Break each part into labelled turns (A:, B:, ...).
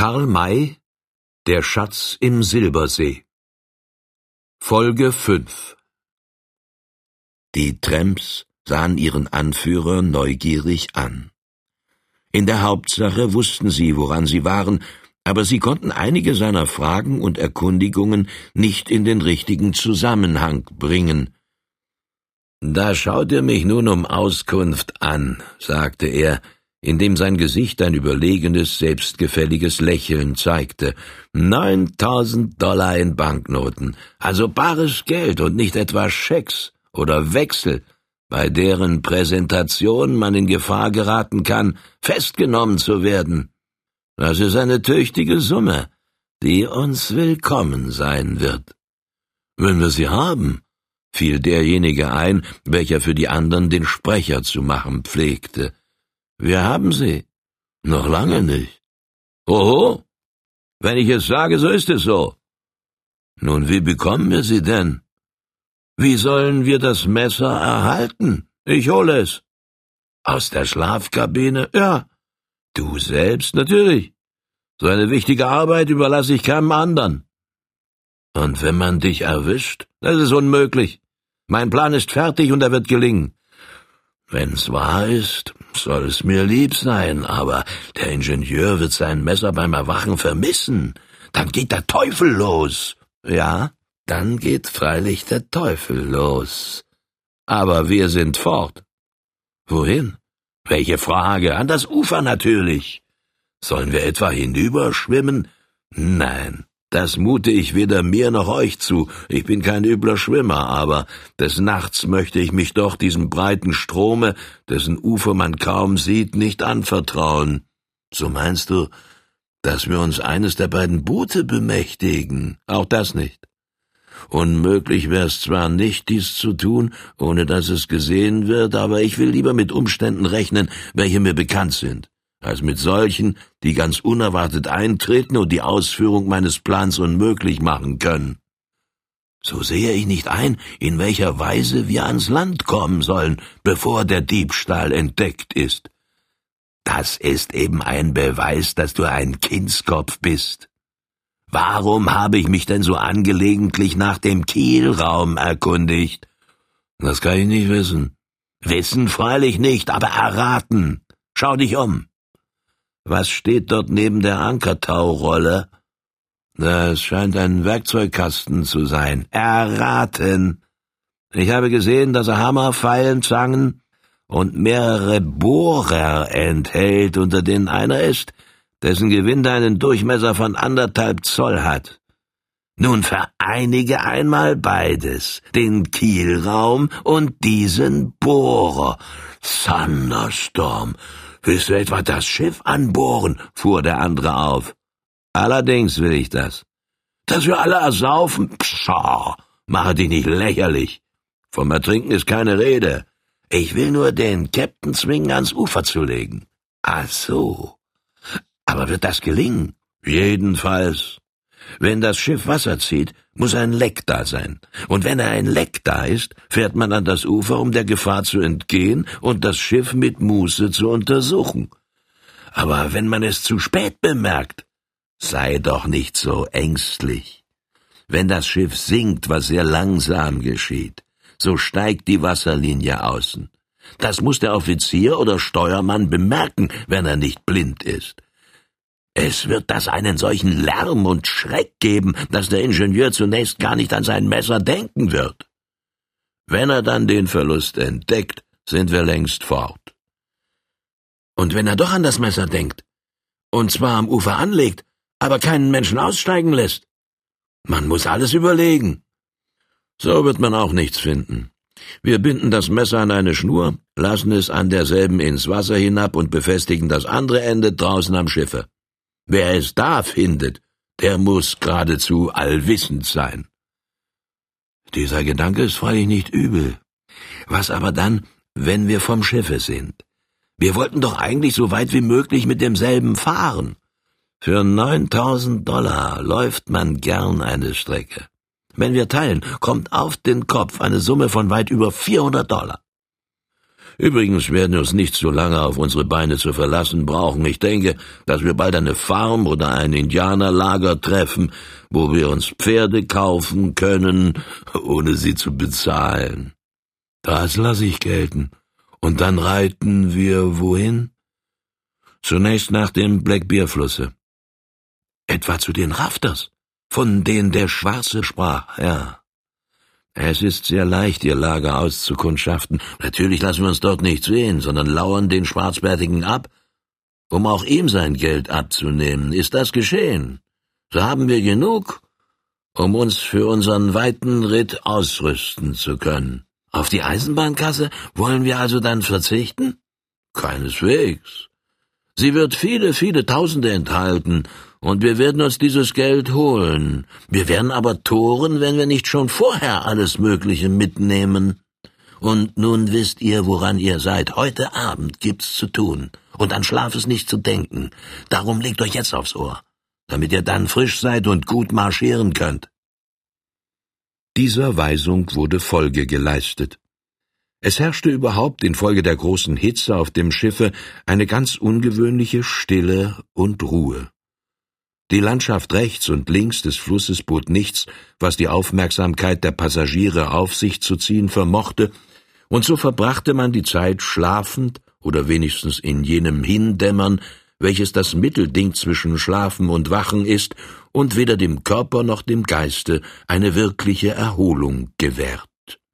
A: Karl May, Der Schatz im Silbersee. Folge 5. Die Tramps sahen ihren Anführer neugierig an. In der Hauptsache wussten sie, woran sie waren, aber sie konnten einige seiner Fragen und Erkundigungen nicht in den richtigen Zusammenhang bringen. »Da schaut ihr mich nun um Auskunft an«, sagte er, indem sein Gesicht ein überlegenes, selbstgefälliges Lächeln zeigte. $9.000 in Banknoten, also bares Geld und nicht etwa Schecks oder Wechsel, bei deren Präsentation man in Gefahr geraten kann, festgenommen zu werden. Das ist eine tüchtige Summe, die uns willkommen sein wird. Wenn wir sie haben«, fiel derjenige ein, welcher für die anderen den Sprecher zu machen pflegte. »Wir haben sie. Noch lange nicht.« »Oho, wenn ich es sage, so ist es so.« »Nun, wie bekommen wir sie denn? Wie sollen wir das Messer erhalten? Ich hole es.« »Aus der Schlafkabine?« »Ja.« »Du selbst?« »Natürlich. So eine wichtige Arbeit überlasse ich keinem anderen.« »Und wenn man dich erwischt?« »Das ist unmöglich. Mein Plan ist fertig und er wird gelingen.« »Wenn's wahr ist, soll es mir lieb sein, aber der Ingenieur wird sein Messer beim Erwachen vermissen. Dann geht der Teufel los.« »Ja, dann geht freilich der Teufel los. Aber wir sind fort.« »Wohin?« »Welche Frage? An das Ufer natürlich.« »Sollen wir etwa hinüberschwimmen?« »Nein, das mute ich weder mir noch euch zu. Ich bin kein übler Schwimmer, aber des Nachts möchte ich mich doch diesem breiten Strome, dessen Ufer man kaum sieht, nicht anvertrauen.« »So meinst du, dass wir uns eines der beiden Boote bemächtigen?« »Auch das nicht. Unmöglich wär's zwar nicht, dies zu tun, ohne dass es gesehen wird, aber ich will lieber mit Umständen rechnen, welche mir bekannt sind, als mit solchen, die ganz unerwartet eintreten und die Ausführung meines Plans unmöglich machen können. So sehe ich nicht ein, in welcher Weise wir ans Land kommen sollen, bevor der Diebstahl entdeckt ist.« »Das ist eben ein Beweis, dass du ein Kindskopf bist. Warum habe ich mich denn so angelegentlich nach dem Kielraum erkundigt?« »Das kann ich nicht wissen.« »Wissen freilich nicht, aber erraten. Schau dich um. Was steht dort neben der Ankertaurolle?« »Das scheint ein Werkzeugkasten zu sein.« »Erraten. Ich habe gesehen, dass er Hammer, Feilen, Zangen und mehrere Bohrer enthält, unter denen einer ist, dessen Gewinde einen Durchmesser von 1,5 Zoll hat. Nun vereinige einmal beides, den Kielraum und diesen Bohrer. Thunderstorm! Willst du etwa das Schiff anbohren?« fuhr der andere auf. »Allerdings will ich das.« »Dass wir alle ersaufen? Pshaw, mache dich nicht lächerlich. Vom Ertrinken ist keine Rede. Ich will nur den Käpt'n zwingen, ans Ufer zu legen.« »Ach so. Aber wird das gelingen?« »Jedenfalls. Wenn das Schiff Wasser zieht, muss ein Leck da sein. Und wenn ein Leck da ist, fährt man an das Ufer, um der Gefahr zu entgehen und das Schiff mit Muße zu untersuchen. Aber wenn man es zu spät bemerkt, sei doch nicht so ängstlich. Wenn das Schiff sinkt, was sehr langsam geschieht, so steigt die Wasserlinie außen. Das muss der Offizier oder Steuermann bemerken, wenn er nicht blind ist. Es wird das einen solchen Lärm und Schreck geben, dass der Ingenieur zunächst gar nicht an sein Messer denken wird. Wenn er dann den Verlust entdeckt, sind wir längst fort. Und wenn er doch an das Messer denkt, und zwar am Ufer anlegt, aber keinen Menschen aussteigen lässt? Man muss alles überlegen. So wird man auch nichts finden. Wir binden das Messer an eine Schnur, lassen es an derselben ins Wasser hinab und befestigen das andere Ende draußen am Schiffe. Wer es da findet, der muss geradezu allwissend sein.« »Dieser Gedanke ist freilich nicht übel. Was aber dann, wenn wir vom Schiffe sind? Wir wollten doch eigentlich so weit wie möglich mit demselben fahren. Für $9.000 läuft man gern eine Strecke. Wenn wir teilen, kommt auf den Kopf eine Summe von weit über $400. Übrigens werden wir uns nicht so lange auf unsere Beine zu verlassen brauchen. Ich denke, dass wir bald eine Farm oder ein Indianerlager treffen, wo wir uns Pferde kaufen können, ohne sie zu bezahlen. Das lasse ich gelten. Und dann reiten wir wohin? Zunächst nach dem Blackbear-Flusse. Etwa zu den Rafters, von denen der Schwarze sprach, ja. Es ist sehr leicht, ihr Lager auszukundschaften. Natürlich lassen wir uns dort nicht sehen, sondern lauern den Schwarzbärtigen ab, um auch ihm sein Geld abzunehmen. Ist das geschehen, so haben wir genug, um uns für unseren weiten Ritt ausrüsten zu können. Auf die Eisenbahnkasse wollen wir also dann verzichten? Keineswegs. Sie wird viele, viele Tausende enthalten, und wir werden uns dieses Geld holen. Wir wären aber Toren, wenn wir nicht schon vorher alles Mögliche mitnehmen. Und nun wisst ihr, woran ihr seid. Heute Abend gibt's zu tun, und an Schlaf ist nicht zu denken. Darum legt euch jetzt aufs Ohr, damit ihr dann frisch seid und gut marschieren könnt.
B: Dieser Weisung wurde Folge geleistet. Es herrschte überhaupt infolge der großen Hitze auf dem Schiffe eine ganz ungewöhnliche Stille und Ruhe. Die Landschaft rechts und links des Flusses bot nichts, was die Aufmerksamkeit der Passagiere auf sich zu ziehen vermochte, und so verbrachte man die Zeit schlafend oder wenigstens in jenem Hindämmern, welches das Mittelding zwischen Schlafen und Wachen ist und weder dem Körper noch dem Geiste eine wirkliche Erholung gewährt.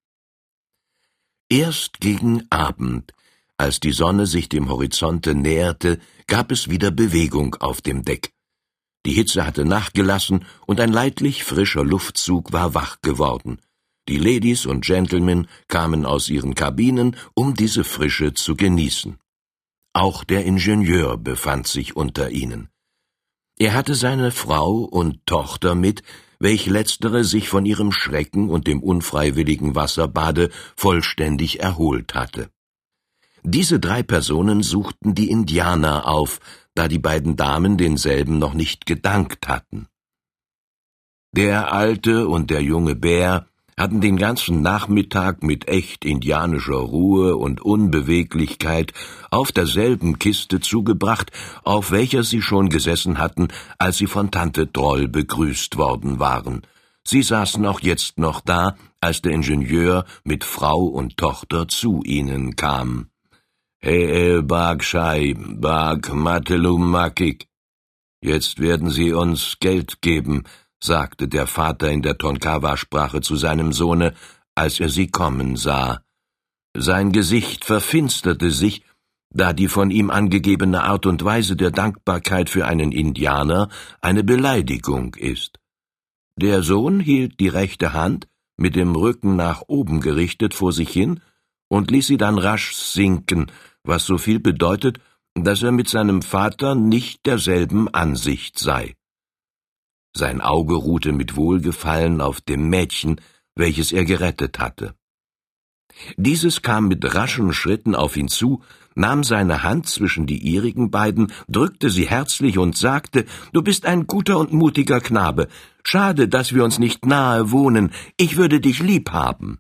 B: Erst gegen Abend, als die Sonne sich dem Horizonte näherte, gab es wieder Bewegung auf dem Deck. Die Hitze hatte nachgelassen, und ein leidlich frischer Luftzug war wach geworden. Die Ladies und Gentlemen kamen aus ihren Kabinen, um diese Frische zu genießen. Auch der Ingenieur befand sich unter ihnen. Er hatte seine Frau und Tochter mit, welch letztere sich von ihrem Schrecken und dem unfreiwilligen Wasserbade vollständig erholt hatte. Diese 3 Personen suchten die Indianer auf, da die beiden Damen denselben noch nicht gedankt hatten. Der alte und der junge Bär hatten den ganzen Nachmittag mit echt indianischer Ruhe und Unbeweglichkeit auf derselben Kiste zugebracht, auf welcher sie schon gesessen hatten, als sie von Tante Droll begrüßt worden waren. Sie saßen auch jetzt noch da, als der Ingenieur mit Frau und Tochter zu ihnen kam. Bag Shai, Bag Matelumakik. Jetzt werden Sie uns Geld geben, sagte der Vater in der Tonkawa-Sprache zu seinem Sohne, als er sie kommen sah. Sein Gesicht verfinsterte sich, da die von ihm angegebene Art und Weise der Dankbarkeit für einen Indianer eine Beleidigung ist. Der Sohn hielt die rechte Hand, mit dem Rücken nach oben gerichtet, vor sich hin und ließ sie dann rasch sinken, was so viel bedeutet, dass er mit seinem Vater nicht derselben Ansicht sei. Sein Auge ruhte mit Wohlgefallen auf dem Mädchen, welches er gerettet hatte. Dieses kam mit raschen Schritten auf ihn zu, nahm seine Hand zwischen die ihrigen beiden, drückte sie herzlich und sagte, »Du bist ein guter und mutiger Knabe. Schade, dass wir uns nicht nahe wohnen. Ich würde dich lieb haben.«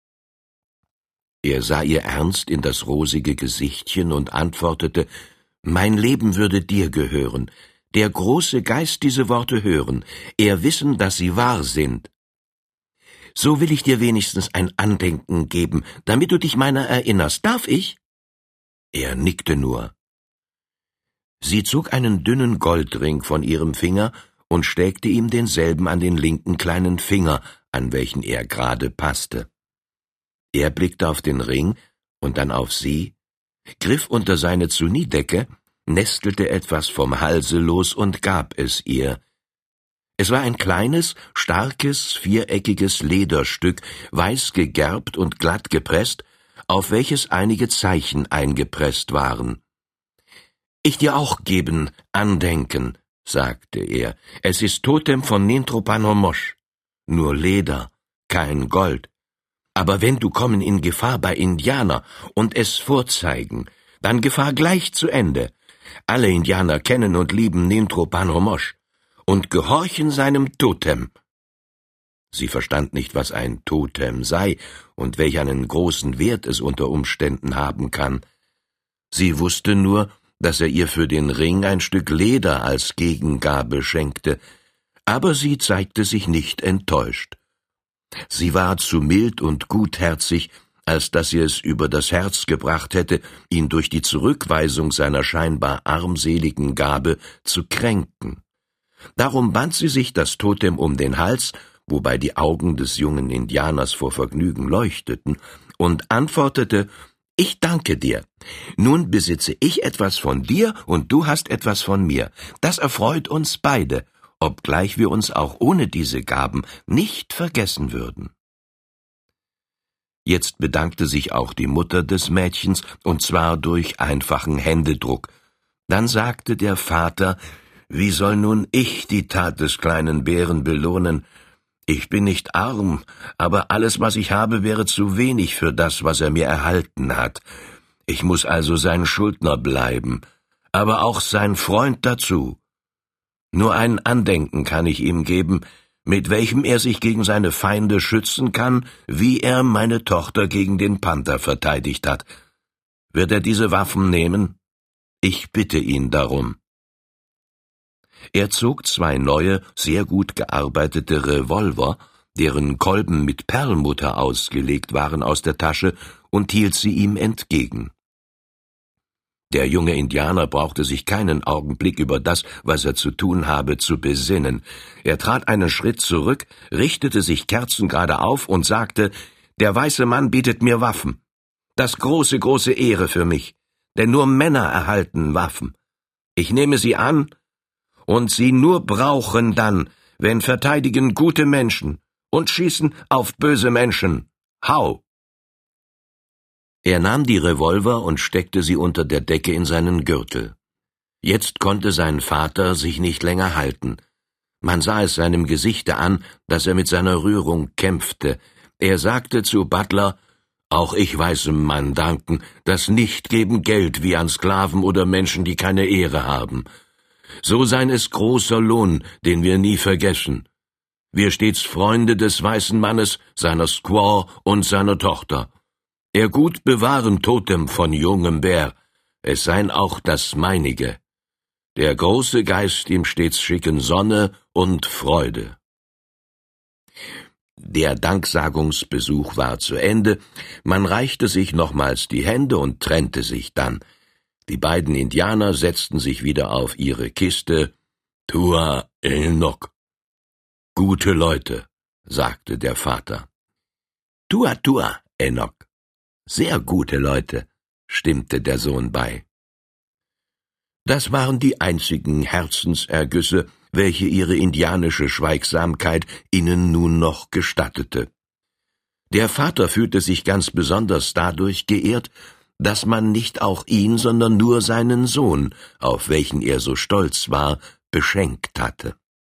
B: Er sah ihr ernst in das rosige Gesichtchen und antwortete, »Mein Leben würde dir gehören. Der große Geist diese Worte hören, er wissen, dass sie wahr sind. So will ich dir wenigstens ein Andenken geben, damit du dich meiner erinnerst. Darf ich?« Er nickte nur. Sie zog einen dünnen Goldring von ihrem Finger und steckte ihm denselben an den linken kleinen Finger, an welchen er gerade passte. Er blickte auf den Ring und dann auf sie, griff unter seine Zunidecke, nestelte etwas vom Halse los und gab es ihr. Es war ein kleines, starkes, viereckiges Lederstück, weiß gegerbt und glatt gepresst, auf welches einige Zeichen eingepresst waren. »Ich dir auch geben, Andenken«, sagte er. »Es ist Totem von Nintropanommosh. Nur Leder, kein Gold. Aber wenn du kommen in Gefahr bei Indianer und es vorzeigen, dann Gefahr gleich zu Ende. Alle Indianer kennen und lieben Nintropanommosh und gehorchen seinem Totem.« Sie verstand nicht, was ein Totem sei und welch einen großen Wert es unter Umständen haben kann. Sie wusste nur, dass er ihr für den Ring ein Stück Leder als Gegengabe schenkte, aber sie zeigte sich nicht enttäuscht. Sie war zu mild und gutherzig, als dass sie es über das Herz gebracht hätte, ihn durch die Zurückweisung seiner scheinbar armseligen Gabe zu kränken. Darum band sie sich das Totem um den Hals, wobei die Augen des jungen Indianers vor Vergnügen leuchteten, und antwortete: »Ich danke dir. Nun besitze ich etwas von dir und du hast etwas von mir. Das erfreut uns beide, obgleich wir uns auch ohne diese Gaben nicht vergessen würden.« Jetzt bedankte sich auch die Mutter des Mädchens, und zwar durch einfachen Händedruck. Dann sagte der Vater: »Wie soll nun ich die Tat des kleinen Bären belohnen? Ich bin nicht arm, aber alles, was ich habe, wäre zu wenig für das, was er mir erhalten hat. Ich muß also sein Schuldner bleiben, aber auch sein Freund dazu. Nur ein Andenken kann ich ihm geben, mit welchem er sich gegen seine Feinde schützen kann, wie er meine Tochter gegen den Panther verteidigt hat. Wird er diese Waffen nehmen? Ich bitte ihn darum.« Er zog 2 neue, sehr gut gearbeitete Revolver, deren Kolben mit Perlmutter ausgelegt waren, aus der Tasche und hielt sie ihm entgegen. Der junge Indianer brauchte sich keinen Augenblick über das, was er zu tun habe, zu besinnen. Er trat einen Schritt zurück, richtete sich kerzengerade auf und sagte: »Der weiße Mann bietet mir Waffen. Das große, große Ehre für mich, denn nur Männer erhalten Waffen. Ich nehme sie an, und sie nur brauchen dann, wenn verteidigen gute Menschen und schießen auf böse Menschen. Hau!« Er nahm die Revolver und steckte sie unter der Decke in seinen Gürtel. Jetzt konnte sein Vater sich nicht länger halten. Man sah es seinem Gesichte an, dass er mit seiner Rührung kämpfte. Er sagte zu Butler: »Auch ich weiß dem Mann danken, das nicht geben Geld wie an Sklaven oder Menschen, die keine Ehre haben. So sein es großer Lohn, den wir nie vergessen. Wir stets Freunde des weißen Mannes, seiner Squaw und seiner Tochter. Er gut bewahren Totem von jungem Bär, es sein auch das meinige. Der große Geist ihm stets schicken Sonne und Freude.« Der Danksagungsbesuch war zu Ende, man reichte sich nochmals die Hände und trennte sich dann. Die beiden Indianer setzten sich wieder auf ihre Kiste. »Tua Enoch.« »Gute Leute«, sagte der Vater. »Tua Enoch. Sehr gute Leute«, stimmte der Sohn bei. Das waren die einzigen Herzensergüsse, welche ihre indianische Schweigsamkeit ihnen nun noch gestattete. Der Vater fühlte sich ganz besonders dadurch geehrt, dass man nicht auch ihn, sondern nur seinen Sohn, auf welchen er so stolz war, beschenkt hatte.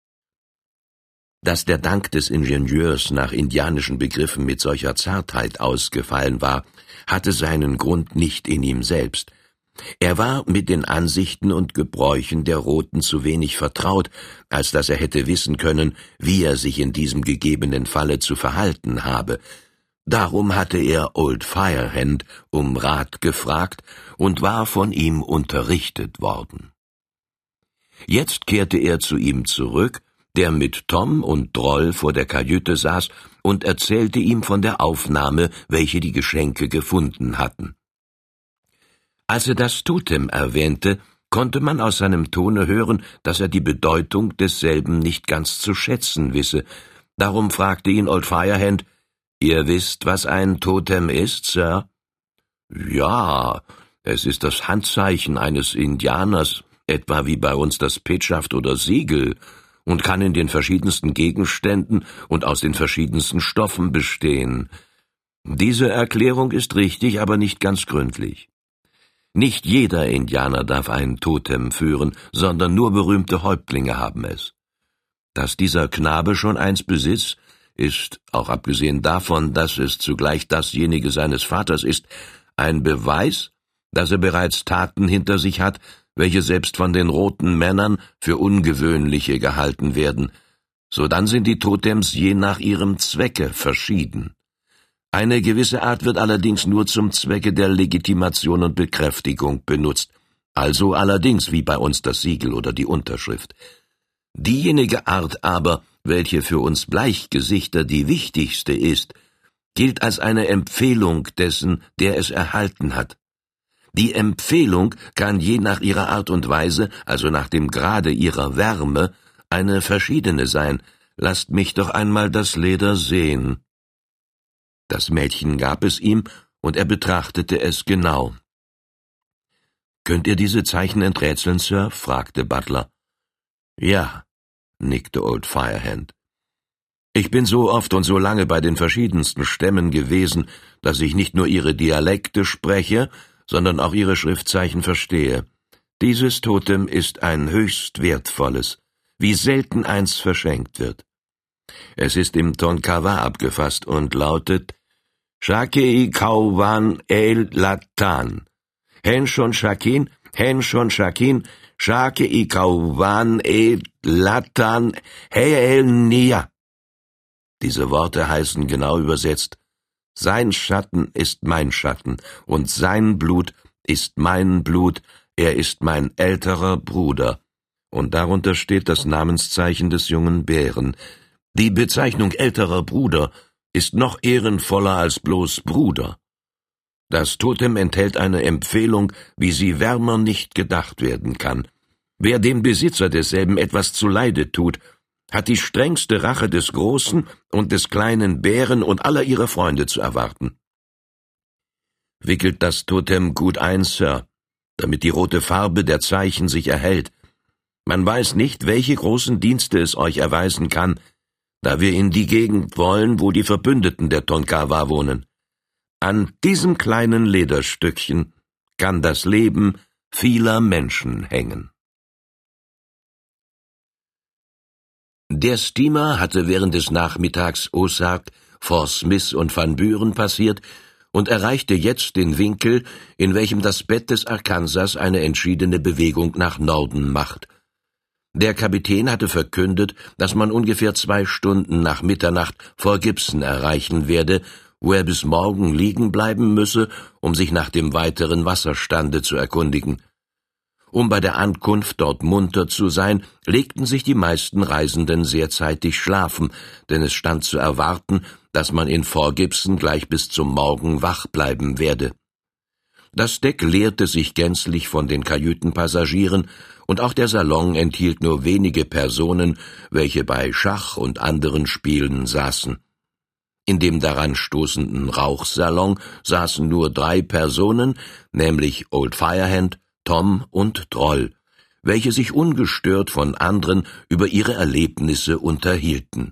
B: Dass der Dank des Ingenieurs nach indianischen Begriffen mit solcher Zartheit ausgefallen war, hatte seinen Grund nicht in ihm selbst. Er war mit den Ansichten und Gebräuchen der Roten zu wenig vertraut, als dass er hätte wissen können, wie er sich in diesem gegebenen Falle zu verhalten habe. Darum hatte er Old Firehand um Rat gefragt und war von ihm unterrichtet worden. Jetzt kehrte er zu ihm zurück, der mit Tom und Droll vor der Kajüte saß, und erzählte ihm von der Aufnahme, welche die Geschenke gefunden hatten. Als er das Totem erwähnte, konnte man aus seinem Tone hören, dass er die Bedeutung desselben nicht ganz zu schätzen wisse. Darum fragte ihn Old Firehand: »Ihr wisst, was ein Totem ist, Sir?« »Ja, es ist das Handzeichen eines Indianers, etwa wie bei uns das Petschaft oder Siegel, und kann in den verschiedensten Gegenständen und aus den verschiedensten Stoffen bestehen. Diese Erklärung ist richtig, aber nicht ganz gründlich. Nicht jeder Indianer darf ein Totem führen, sondern nur berühmte Häuptlinge haben es. Dass dieser Knabe schon eins besitzt, ist, auch abgesehen davon, dass es zugleich dasjenige seines Vaters ist, ein Beweis, dass er bereits Taten hinter sich hat, welche selbst von den roten Männern für ungewöhnliche gehalten werden. Sodann sind die Totems je nach ihrem Zwecke verschieden. Eine gewisse Art wird allerdings nur zum Zwecke der Legitimation und Bekräftigung benutzt, also allerdings wie bei uns das Siegel oder die Unterschrift. Diejenige Art aber, welche für uns Bleichgesichter die wichtigste ist, gilt als eine Empfehlung dessen, der es erhalten hat. Die Empfehlung kann je nach ihrer Art und Weise, also nach dem Grade ihrer Wärme, eine verschiedene sein. Lasst mich doch einmal das Leder sehen. Das Mädchen gab es ihm, und er betrachtete es genau. »Könnt ihr diese Zeichen enträtseln, Sir?« fragte Butler. »Ja«, nickte Old Firehand. »Ich bin so oft und so lange bei den verschiedensten Stämmen gewesen, dass ich nicht nur ihre Dialekte spreche, sondern auch ihre Schriftzeichen verstehe. Dieses Totem ist ein höchst wertvolles, wie selten eins verschenkt wird. Es ist im Tonkawa abgefasst und lautet Shakei Kauwan El Latan. Henshon Shakin, Shakei Kauwan El Latan Heel Nia. Diese Worte heißen genau übersetzt: Sein Schatten ist mein Schatten, und sein Blut ist mein Blut, er ist mein älterer Bruder. Und darunter steht das Namenszeichen des jungen Bären. Die Bezeichnung älterer Bruder ist noch ehrenvoller als bloß Bruder. Das Totem enthält eine Empfehlung, wie sie wärmer nicht gedacht werden kann. Wer dem Besitzer desselben etwas zuleide tut, hat die strengste Rache des großen und des kleinen Bären und aller ihrer Freunde zu erwarten. Wickelt das Totem gut ein, Sir, damit die rote Farbe der Zeichen sich erhält. Man weiß nicht, welche großen Dienste es euch erweisen kann, da wir in die Gegend wollen, wo die Verbündeten der Tonkawa wohnen. An diesem kleinen Lederstückchen kann das Leben vieler Menschen hängen. Der Steamer hatte während des Nachmittags Osag, Fort Smith und Van Buren passiert und erreichte jetzt den Winkel, in welchem das Bett des Arkansas eine entschiedene Bewegung nach Norden macht. Der Kapitän hatte verkündet, dass man ungefähr 2 Stunden nach Mitternacht Fort Gibson erreichen werde, wo er bis morgen liegen bleiben müsse, um sich nach dem weiteren Wasserstande zu erkundigen. Um bei der Ankunft dort munter zu sein, legten sich die meisten Reisenden sehr zeitig schlafen, denn es stand zu erwarten, dass man in Fort Gibson gleich bis zum Morgen wach bleiben werde. Das Deck leerte sich gänzlich von den Kajütenpassagieren, und auch der Salon enthielt nur wenige Personen, welche bei Schach und anderen Spielen saßen. In dem daran stoßenden Rauchsalon saßen nur 3 Personen, nämlich Old Firehand, Tom und Droll, welche sich ungestört von anderen über ihre Erlebnisse unterhielten.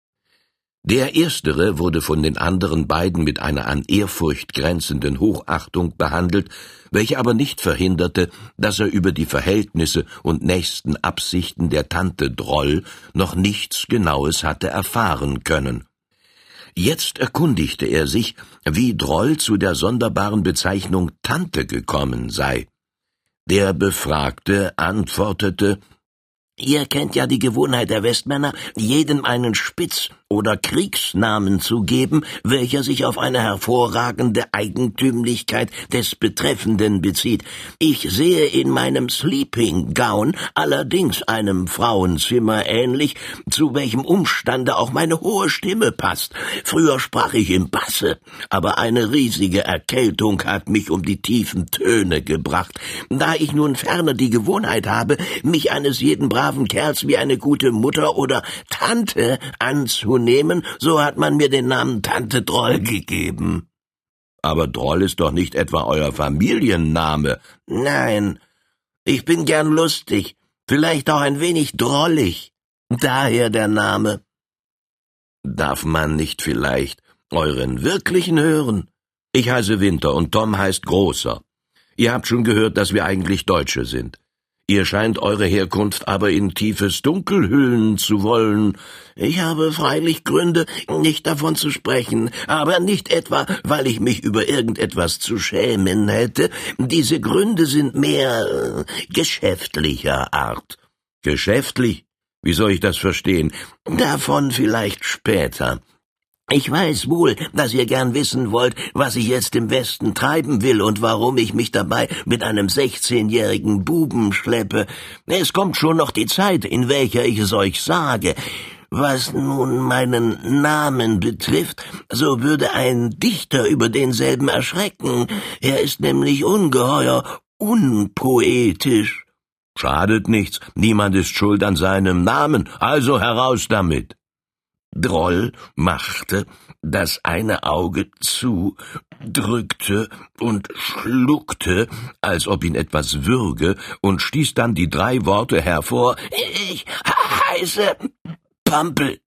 B: Der Erstere wurde von den anderen beiden mit einer an Ehrfurcht grenzenden Hochachtung behandelt, welche aber nicht verhinderte, dass er über die Verhältnisse und nächsten Absichten der Tante Droll noch nichts Genaues hatte erfahren können. Jetzt erkundigte er sich, wie Droll zu der sonderbaren Bezeichnung Tante gekommen sei. Der Befragte antwortete: »Ihr kennt ja die Gewohnheit der Westmänner, jedem einen Spitz- oder Kriegsnamen zu geben, welcher sich auf eine hervorragende Eigentümlichkeit des Betreffenden bezieht. Ich sehe in meinem Sleeping Gown allerdings einem Frauenzimmer ähnlich, zu welchem Umstande auch meine hohe Stimme passt. Früher sprach ich im Basse, aber eine riesige Erkältung hat mich um die tiefen Töne gebracht. Da ich nun ferner die Gewohnheit habe, mich eines jeden braven Kerls wie eine gute Mutter oder Tante anzunehmen, so hat man mir den Namen Tante Droll gegeben.« »Aber Droll ist doch nicht etwa euer Familienname?« »Nein, ich bin gern lustig, vielleicht auch ein wenig drollig, daher der Name.« »Darf man nicht vielleicht euren wirklichen hören? Ich heiße Winter und Tom heißt Großer. Ihr habt schon gehört, dass wir eigentlich Deutsche sind. Ihr scheint eure Herkunft aber in tiefes Dunkel hüllen zu wollen. Ich habe freilich Gründe, nicht davon zu sprechen, aber nicht etwa, weil ich mich über irgendetwas zu schämen hätte. Diese Gründe sind mehr geschäftlicher Art.« »Geschäftlich?
A: Wie soll ich das verstehen?
B: Davon vielleicht später. Ich weiß wohl, dass ihr gern wissen wollt, was ich jetzt im Westen treiben will und warum ich mich dabei mit einem 16-jährigen Buben schleppe. Es kommt schon noch die Zeit, in welcher ich es euch sage. Was nun meinen Namen betrifft, so würde ein Dichter über denselben erschrecken. Er ist nämlich ungeheuer unpoetisch.
A: Schadet nichts, niemand ist schuld an seinem Namen, also heraus damit.
B: Droll machte das eine Auge zu, drückte und schluckte,
A: als ob ihn etwas würge, und stieß dann die 3 Worte hervor:
B: Ich heiße Pampel.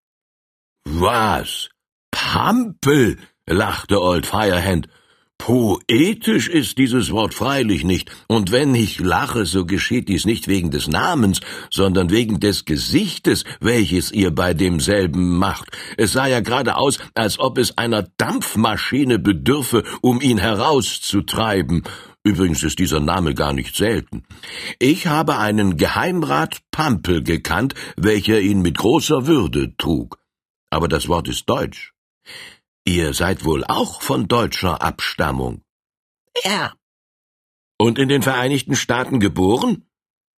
A: Was? Pampel? Lachte Old Firehand. Poetisch ist dieses Wort freilich nicht, und wenn ich lache, so geschieht dies nicht wegen des Namens, sondern wegen des Gesichtes, welches ihr bei demselben macht. Es sah ja gerade aus, als ob es einer Dampfmaschine bedürfe, um ihn herauszutreiben. Übrigens ist dieser Name gar nicht selten. Ich habe einen Geheimrat Pampel gekannt, welcher ihn mit großer Würde trug. Aber das Wort ist deutsch. Ihr seid wohl auch von deutscher Abstammung?
B: Ja.
A: Und in den Vereinigten Staaten geboren?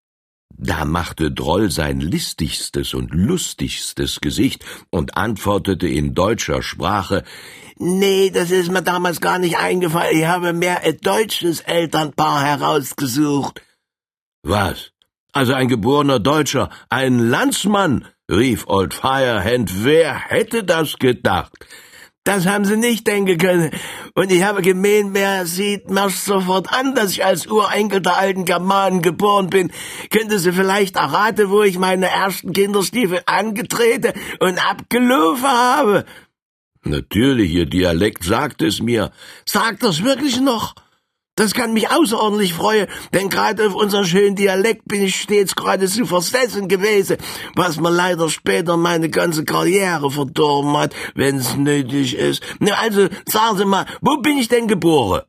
A: Da machte Droll sein listigstes und lustigstes Gesicht und antwortete in deutscher Sprache:
B: Nee, das ist mir damals gar nicht eingefallen. Ich habe mehr ein deutsches Elternpaar herausgesucht.
A: Was? Also ein geborener Deutscher, ein Landsmann? Rief Old Firehand. Wer hätte das gedacht?
B: Das haben Sie nicht denken können. Und ich habe gemeint, wer sieht mir sofort an, dass ich als Urenkel der alten Germanen geboren bin. Könnte Sie vielleicht erraten, wo ich meine ersten Kinderstiefel angetreten und abgelaufen habe?
A: Natürlich, Ihr Dialekt sagt es mir.
B: Sagt das wirklich noch? Das kann mich außerordentlich freuen, denn gerade auf unseren schönen Dialekt bin ich stets geradezu versessen gewesen, was mir leider später meine ganze Karriere verdorben hat, wenn's nötig ist. Also, sagen Sie mal, wo bin ich denn geboren?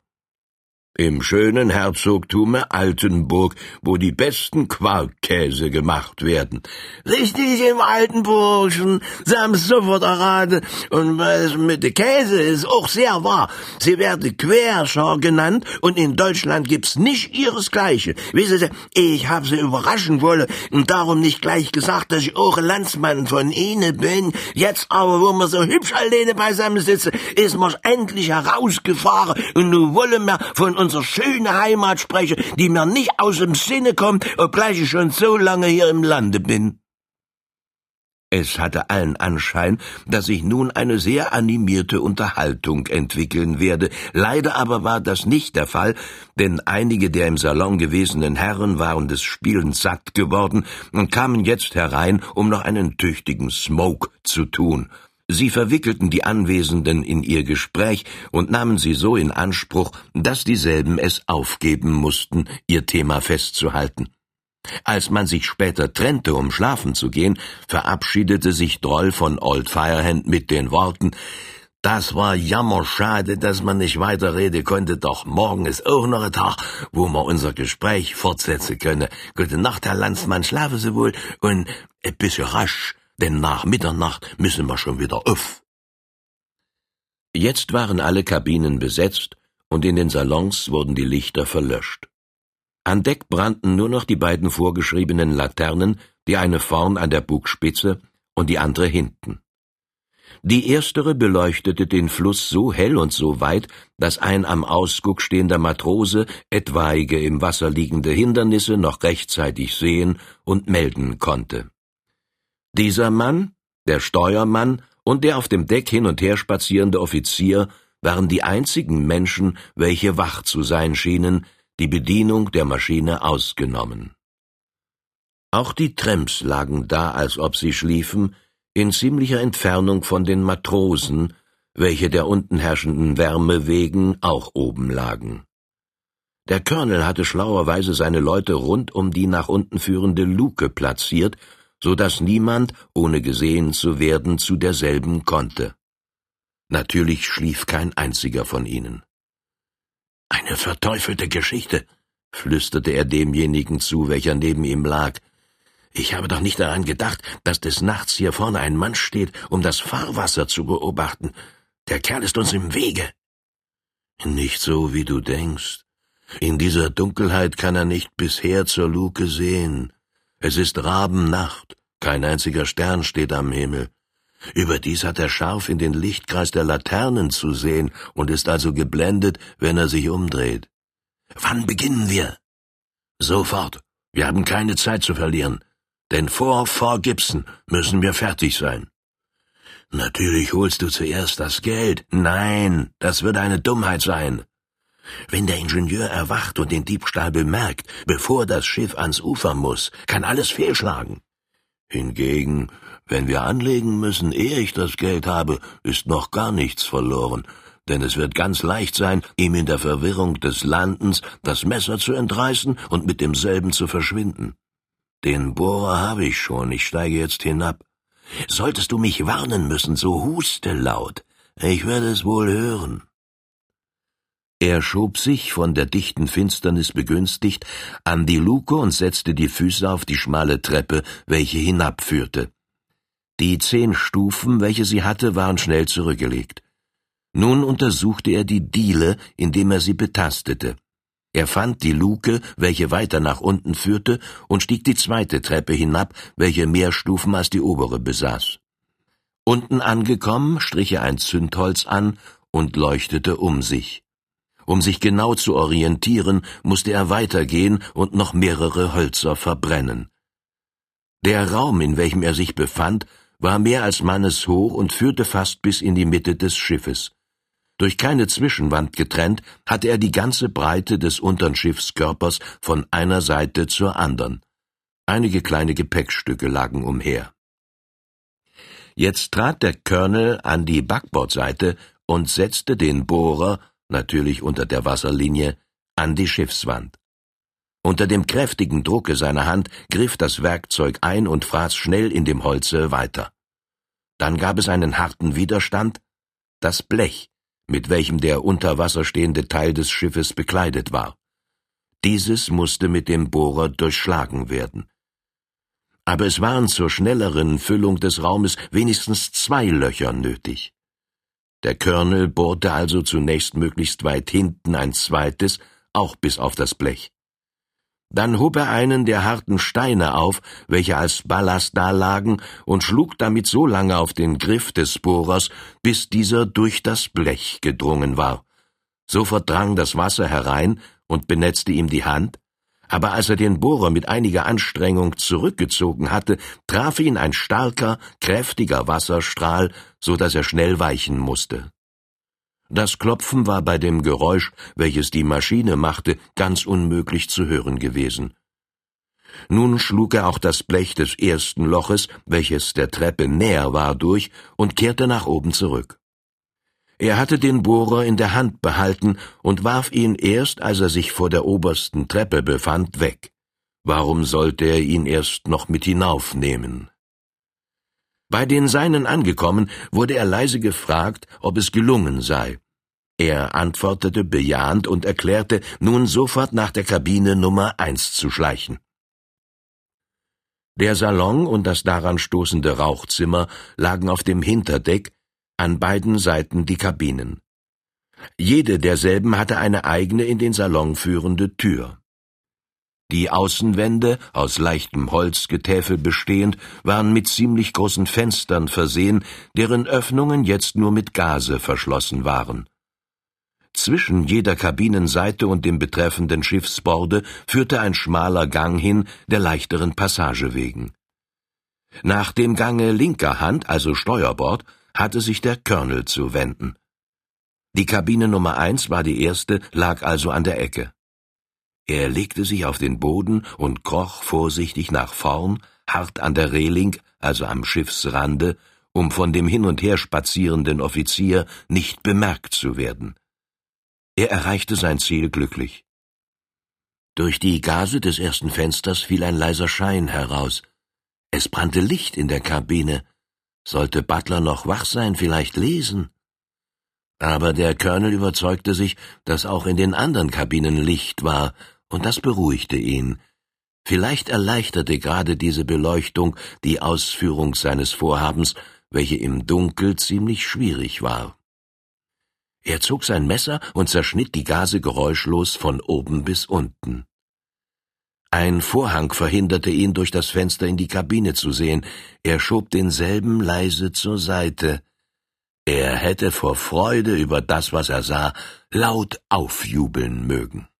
A: Im schönen Herzogtume Altenburg, wo die besten Quarkkäse gemacht werden.
B: Richtig, im Altenburgschen. Sie haben es sofort erraten. Und was mit dem Käse ist auch sehr wahr. Sie werden Querscher genannt und in Deutschland gibt's nicht ihresgleichen. Wissen Sie, ich habe Sie überraschen wollen und darum nicht gleich gesagt, dass ich auch ein Landsmann von Ihnen bin. Jetzt aber, wo wir so hübsch alleine beisammen sitzen, ist mir's endlich herausgefahren und nun wollen wir von unserer schönen Heimat spreche, die mir nicht aus dem Sinne kommt, obgleich ich schon so lange hier im Lande bin.
A: Es hatte allen Anschein, dass sich nun eine sehr animierte Unterhaltung entwickeln werde. Leider aber war das nicht der Fall, denn einige der im Salon gewesenen Herren waren des Spielens satt geworden und kamen jetzt herein, um noch einen tüchtigen Smoke zu tun. Sie verwickelten die Anwesenden in ihr Gespräch und nahmen sie so in Anspruch, dass dieselben es aufgeben mussten, ihr Thema festzuhalten. Als man sich später trennte, um schlafen zu gehen, verabschiedete sich Droll von Old Firehand mit den Worten: »Das war jammerschade, dass man nicht weiterreden konnte, doch morgen ist auch noch ein Tag, wo man unser Gespräch fortsetzen könne. Gute Nacht, Herr Landsmann, schlafen Sie wohl und ein bisschen rasch, denn nach Mitternacht müssen wir schon wieder auf.« Jetzt waren alle Kabinen besetzt und in den Salons wurden die Lichter verlöscht. An Deck brannten nur noch die beiden vorgeschriebenen Laternen, die eine vorn an der Bugspitze und die andere hinten. Die erstere beleuchtete den Fluss so hell und so weit, dass ein am Ausguck stehender Matrose etwaige im Wasser liegende Hindernisse noch rechtzeitig sehen und melden konnte. Dieser Mann, der Steuermann und der auf dem Deck hin und her spazierende Offizier waren die einzigen Menschen, welche wach zu sein schienen, die Bedienung der Maschine ausgenommen. Auch die Tramps lagen da, als ob sie schliefen, in ziemlicher Entfernung von den Matrosen, welche der unten herrschenden Wärme wegen auch oben lagen. Der Colonel hatte schlauerweise seine Leute rund um die nach unten führende Luke platziert, so dass niemand, ohne gesehen zu werden, zu derselben konnte. Natürlich schlief kein einziger von ihnen. »Eine verteufelte Geschichte«, flüsterte er demjenigen zu, welcher neben ihm lag.
B: Ich habe doch nicht daran gedacht, dass des Nachts hier vorne ein Mann steht, um das Fahrwasser zu beobachten. Der Kerl ist uns im Wege.«
A: »Nicht so, wie du denkst. In dieser Dunkelheit kann er nicht bisher zur Luke sehen. Es ist Rabennacht, kein einziger Stern steht am Himmel. Überdies hat er scharf in den Lichtkreis der Laternen zu sehen und ist also geblendet, wenn er sich umdreht.«
B: »Wann beginnen wir?«
A: »Sofort. Wir haben keine Zeit zu verlieren. Denn vor Gibson müssen wir fertig sein.« »Natürlich holst du zuerst das Geld.«
B: »Nein, das würde eine Dummheit sein. Wenn der Ingenieur erwacht und den Diebstahl bemerkt, bevor das Schiff ans Ufer muss, kann alles fehlschlagen.«
A: »Hingegen, wenn wir anlegen müssen, ehe ich das Geld habe, ist noch gar nichts verloren, denn es wird ganz leicht sein, ihm in der Verwirrung des Landens das Messer zu entreißen und mit demselben zu verschwinden. Den Bohrer habe ich schon, ich steige jetzt hinab.«
B: »Solltest du mich warnen müssen, so huste laut.
A: Ich werde es wohl hören.«
B: Er schob sich, von der dichten Finsternis begünstigt, an die Luke und setzte die Füße auf die schmale Treppe, welche hinabführte. Die 10 Stufen, welche sie hatte, waren schnell zurückgelegt. Nun untersuchte er die Diele, indem er sie betastete. Er fand die Luke, welche weiter nach unten führte, und stieg die 2. Treppe hinab, welche mehr Stufen als die obere besaß. Unten angekommen, strich er ein Zündholz an und leuchtete um sich. Um sich genau zu orientieren, musste er weitergehen und noch mehrere Hölzer verbrennen. Der Raum, in welchem er sich befand, war mehr als manneshoch und führte fast bis in die Mitte des Schiffes. Durch keine Zwischenwand getrennt, hatte er die ganze Breite des unteren Schiffskörpers von einer Seite zur anderen. Einige kleine Gepäckstücke lagen umher. Jetzt trat der Colonel an die Backbordseite und setzte den Bohrer, natürlich unter der Wasserlinie, an die Schiffswand. Unter dem kräftigen Drucke seiner Hand griff das Werkzeug ein und fraß schnell in dem Holze weiter. Dann gab es einen harten Widerstand, das Blech, mit welchem der unter Wasser stehende Teil des Schiffes bekleidet war. Dieses musste mit dem Bohrer durchschlagen werden. Aber es waren zur schnelleren Füllung des Raumes wenigstens 2 Löcher nötig. Der Colonel bohrte also zunächst möglichst weit hinten ein zweites, auch bis auf das Blech. Dann hob er einen der harten Steine auf, welche als Ballast dalagen, und schlug damit so lange auf den Griff des Bohrers, bis dieser durch das Blech gedrungen war. Sofort drang das Wasser herein und benetzte ihm die Hand, aber als er den Bohrer mit einiger Anstrengung zurückgezogen hatte, traf ihn ein starker, kräftiger Wasserstrahl, so dass er schnell weichen musste. Das Klopfen war bei dem Geräusch, welches die Maschine machte, ganz unmöglich zu hören gewesen. Nun schlug er auch das Blech des ersten Loches, welches der Treppe näher war, durch und kehrte nach oben zurück. Er hatte den Bohrer in der Hand behalten und warf ihn erst, als er sich vor der obersten Treppe befand, weg. Warum sollte er ihn erst noch mit hinaufnehmen? Bei den Seinen angekommen, wurde er leise gefragt, ob es gelungen sei. Er antwortete bejahend und erklärte, nun sofort nach der Kabine Nummer 1 zu schleichen. Der Salon und das daran stoßende Rauchzimmer lagen auf dem Hinterdeck, an beiden Seiten die Kabinen. Jede derselben hatte eine eigene in den Salon führende Tür. Die Außenwände, aus leichtem Holzgetäfel bestehend, waren mit ziemlich großen Fenstern versehen, deren Öffnungen jetzt nur mit Gase verschlossen waren. Zwischen jeder Kabinenseite und dem betreffenden Schiffsborde führte ein schmaler Gang hin, der leichteren Passage wegen. Nach dem Gange linker Hand, also Steuerbord, hatte sich der Colonel zu wenden. Die Kabine Nummer 1 war die erste, lag also an der Ecke. Er legte sich auf den Boden und kroch vorsichtig nach vorn, hart an der Reling, also am Schiffsrande, um von dem hin und her spazierenden Offizier nicht bemerkt zu werden. Er erreichte sein Ziel glücklich. Durch die Gase des ersten Fensters fiel ein leiser Schein heraus. Es brannte Licht in der Kabine. Sollte Butler noch wach sein, vielleicht lesen? Aber der Colonel überzeugte sich, dass auch in den anderen Kabinen Licht war, und das beruhigte ihn. Vielleicht erleichterte gerade diese Beleuchtung die Ausführung seines Vorhabens, welche im Dunkel ziemlich schwierig war. Er zog sein Messer und zerschnitt die Gase geräuschlos von oben bis unten. Ein Vorhang verhinderte ihn, durch das Fenster in die Kabine zu sehen. Er schob denselben leise zur Seite. Er hätte vor Freude über das, was er sah, laut aufjubeln mögen.